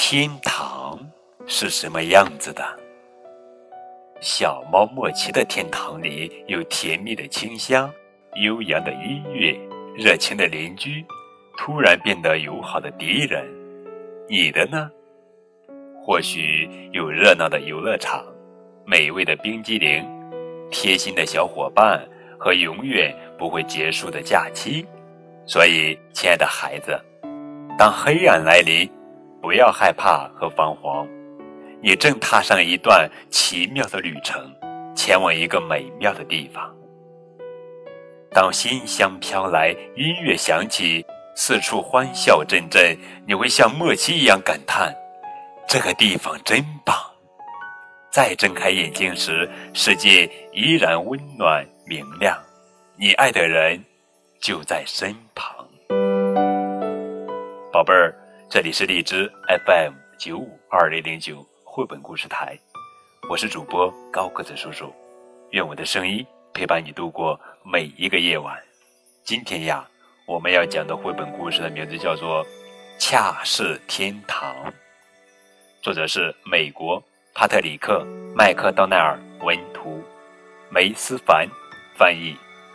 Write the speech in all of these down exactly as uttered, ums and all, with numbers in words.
天堂是什么样子的？小猫莫奇的天堂里有甜蜜的清香，悠扬的音乐，热情的邻居，突然变得友好的敌人。你的呢？或许有热闹的游乐场，美味的冰激凌，贴心的小伙伴和永远不会结束的假期。所以，亲爱的孩子，当黑暗来临，不要害怕和彷徨，你正踏上一段奇妙的旅程，前往一个美妙的地方。当馨香飘来，音乐响起，四处欢笑阵阵，你会像莫奇一样感叹，这个地方真棒。再睁开眼睛时，世界依然温暖明亮，你爱的人就在身旁。宝贝儿，这里是荔枝 F M 九五二零零九绘本故事台，我是主播高个子叔叔，愿我的声音陪伴你度过每一个夜晚。今天呀，我们要讲的绘本故事的名字叫做《恰是天堂》，作者是美国帕特里克·麦克道奈尔文图，梅思凡翻译。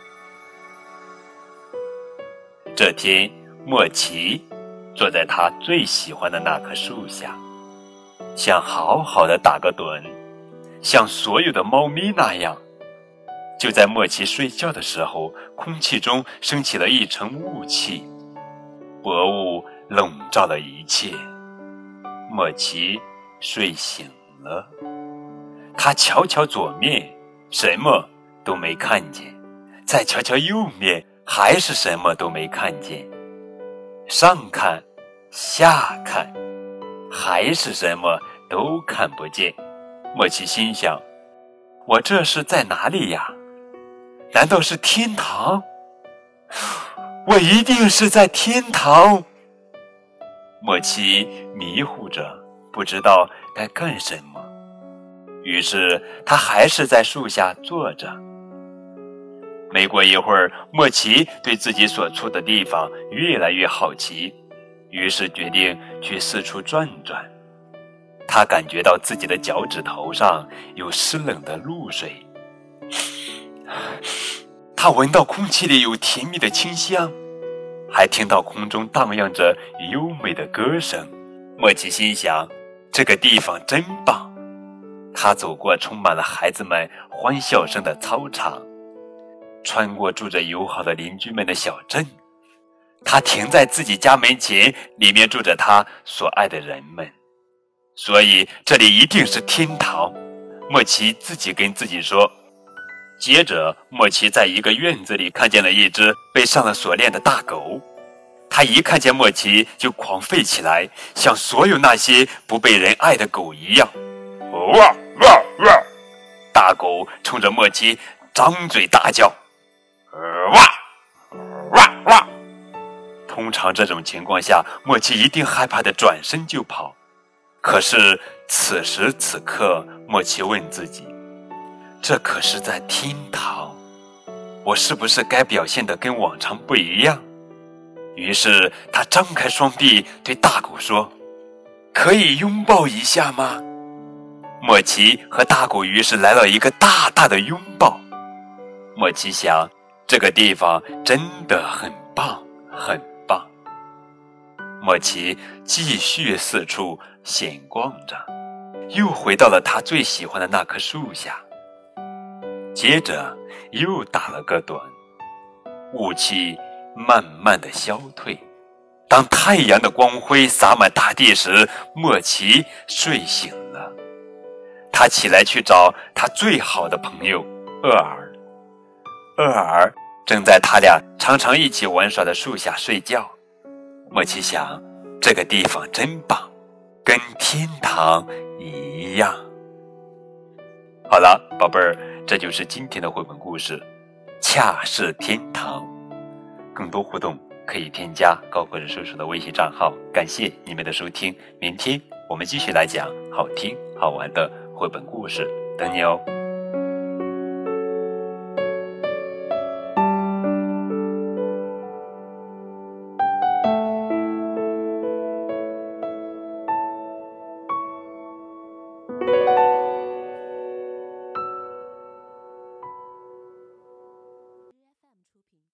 这天，莫奇坐在他最喜欢的那棵树下，想好好的打个盹，像所有的猫咪那样。就在莫奇睡觉的时候，空气中升起了一层雾气，薄雾笼罩了一切。莫奇睡醒了，他瞧瞧左面，什么都没看见；再瞧瞧右面，还是什么都没看见。上看下看，还是什么都看不见。莫奇心想，我这是在哪里呀？难道是天堂？我一定是在天堂。莫奇迷糊着，不知道该干什么，于是他还是在树下坐着。没过一会儿，莫奇对自己所处的地方越来越好奇，于是决定去四处转转。他感觉到自己的脚趾头上有湿冷的露水，他闻到空气里有甜蜜的清香，还听到空中荡漾着优美的歌声。莫奇心想，这个地方真棒。他走过充满了孩子们欢笑声的操场，穿过住着友好的邻居们的小镇，他停在自己家门前，里面住着他所爱的人们，所以这里一定是天堂。莫奇自己跟自己说。接着，莫奇在一个院子里看见了一只被上了锁链的大狗，他一看见莫奇就狂吠起来，像所有那些不被人爱的狗一样。哇哇哇！大狗冲着莫奇张嘴大叫。哇哇哇！通常这种情况下，莫奇一定害怕地转身就跑。可是此时此刻，莫奇问自己，这可是在天堂，我是不是该表现得跟往常不一样？于是他张开双臂对大狗说，可以拥抱一下吗？莫奇和大狗于是来了一个大大的拥抱。莫奇想，这个地方真的很棒很棒。莫奇继续四处闲逛着，又回到了他最喜欢的那棵树下，接着又打了个盹。雾气慢慢地消退，当太阳的光辉洒满大地时，莫奇睡醒了。他起来去找他最好的朋友厄尔。厄尔正在他俩常常一起玩耍的树下睡觉。莫奇想，这个地方真棒，跟天堂一样。好了，宝贝儿，这就是今天的绘本故事，恰是天堂。更多互动可以添加高个子叔叔的微信账号。感谢你们的收听，明天我们继续来讲好听好玩的绘本故事，等你哦。